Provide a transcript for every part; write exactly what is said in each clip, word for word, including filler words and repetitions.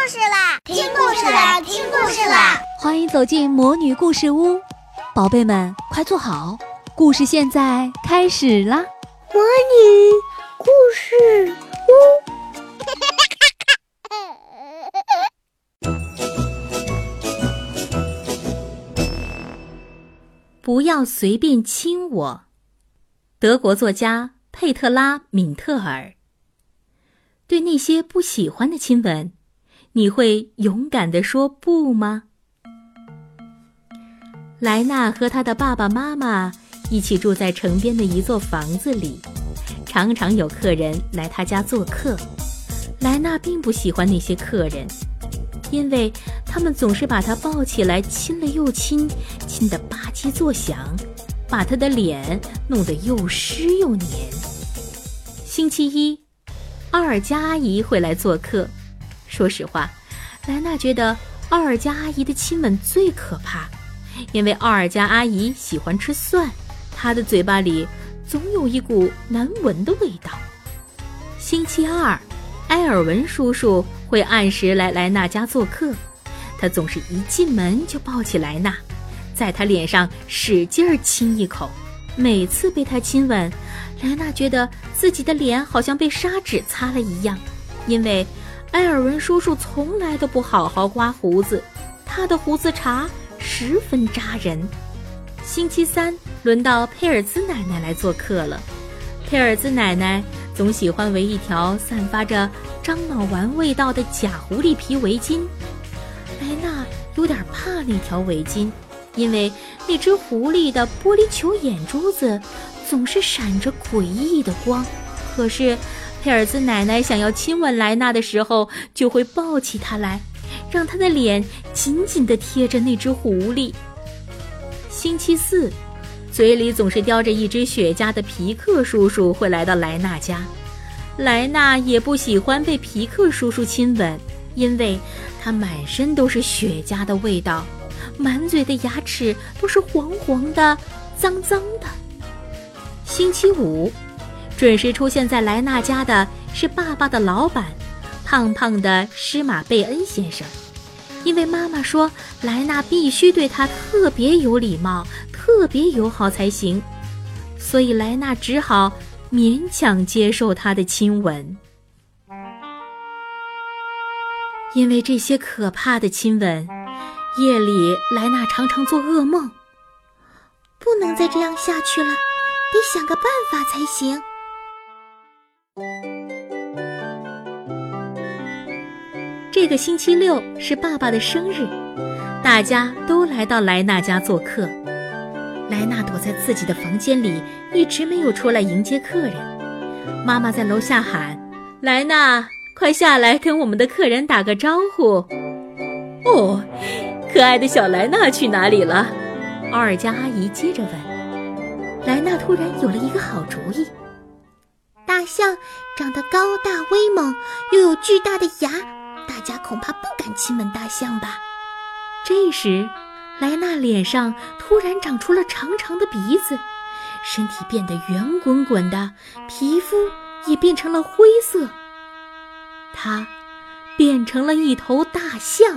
事啦！听故事啦！听故事啦！ 欢迎走进魔女故事屋，宝贝们快坐好，故事现在开始啦！ 魔女故事屋。 不要随便亲我。德国作家佩特拉·敏特尔。对那些不喜欢的亲吻，你会勇敢地说不吗？莱娜和她的爸爸妈妈一起住在城边的一座房子里，常常有客人来她家做客。莱娜并不喜欢那些客人，因为他们总是把她抱起来亲了又亲，亲得吧唧作响，把她的脸弄得又湿又黏。星期一，奥尔加阿姨会来做客。说实话，莱娜觉得奥尔加阿姨的亲吻最可怕，因为奥尔加阿姨喜欢吃蒜，她的嘴巴里总有一股难闻的味道。星期二，埃尔文叔叔会按时来莱娜家做客，他总是一进门就抱起莱娜，在她脸上使劲儿亲一口。每次被他亲吻，莱娜觉得自己的脸好像被砂纸擦了一样，因为埃尔文叔叔从来都不好好刮胡子，他的胡子茬十分扎人。星期三，轮到佩尔兹奶奶来做客了。佩尔兹奶奶总喜欢围一条散发着樟脑丸味道的假狐狸皮围巾。莱娜有点怕那条围巾，因为那只狐狸的玻璃球眼珠子总是闪着诡异的光。可是佩尔兹奶奶想要亲吻莱娜的时候，就会抱起她来，让她的脸紧紧地贴着那只狐狸。星期四，嘴里总是叼着一只雪茄的皮克叔叔会来到莱娜家。莱娜也不喜欢被皮克叔叔亲吻，因为他满身都是雪茄的味道，满嘴的牙齿都是黄黄的、脏脏的。星期五，准时出现在莱娜家的是爸爸的老板，胖胖的施马贝恩先生。因为妈妈说莱娜必须对他特别有礼貌，特别友好才行，所以莱娜只好勉强接受他的亲吻。因为这些可怕的亲吻，夜里莱娜常常做噩梦。 不能再这样下去了，得想个办法才行。 这个星期六是爸爸的生日，大家都来到莱娜家做客。莱娜躲在自己的房间里，一直没有出来迎接客人。妈妈在楼下喊：莱娜，快下来跟我们的客人打个招呼。哦，可爱的小莱娜去哪里了？奥尔加阿姨接着问。莱娜突然有了一个好主意。 大象长得高大威猛，又有巨大的牙，大家恐怕不敢亲吻大象吧。 这时莱娜脸上突然长出了长长的鼻子，身体变得圆滚滚的，皮肤也变成了灰色，她变成了一头大象。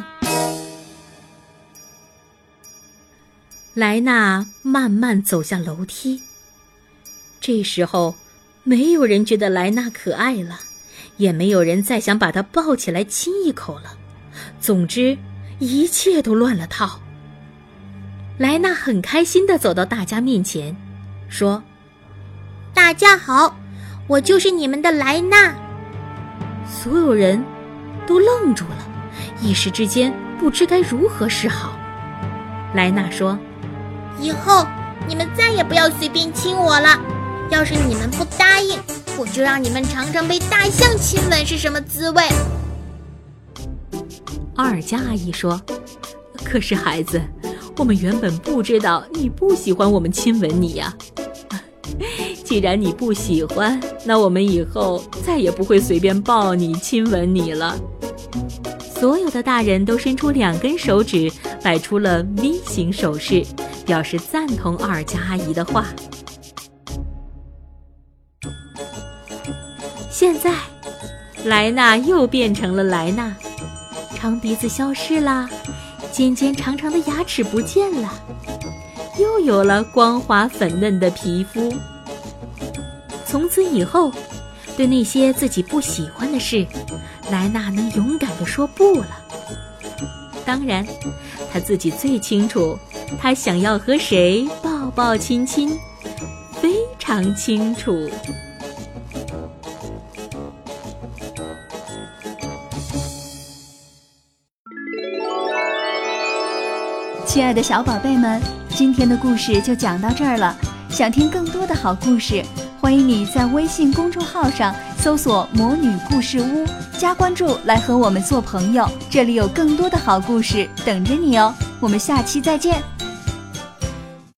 莱娜慢慢走下楼梯，这时候没有人觉得莱娜可爱了，也没有人再想把她抱起来亲一口了。总之，一切都乱了套。莱娜很开心地走到大家面前，说： 大家好，我就是你们的莱娜。 所有人都愣住了，一时之间不知该如何是好。莱娜说： 以后你们再也不要随便亲我了，要是你们不答应，我就让你们尝尝被大象亲吻是什么滋味。 奥尔加阿姨说：可是孩子，我们原本不知道你不喜欢我们亲吻你呀。既然你不喜欢，那我们以后再也不会随便抱你亲吻你了。所有的大人都伸出两根手指，摆出了 V 型手势，表示赞同奥尔加阿姨的话。现在莱娜又变成了莱娜， 长鼻子消失啦，尖尖长长的牙齿不见了，又有了光滑粉嫩的皮肤。从此以后，对那些自己不喜欢的事，莱娜能勇敢地说不了。当然，她自己最清楚，她想要和谁抱抱亲亲，非常清楚。 亲爱的小宝贝们，今天的故事就讲到这儿了。想听更多的好故事，欢迎你在微信公众号上搜索魔女故事屋，加关注来和我们做朋友，这里有更多的好故事等着你哦。我们下期再见。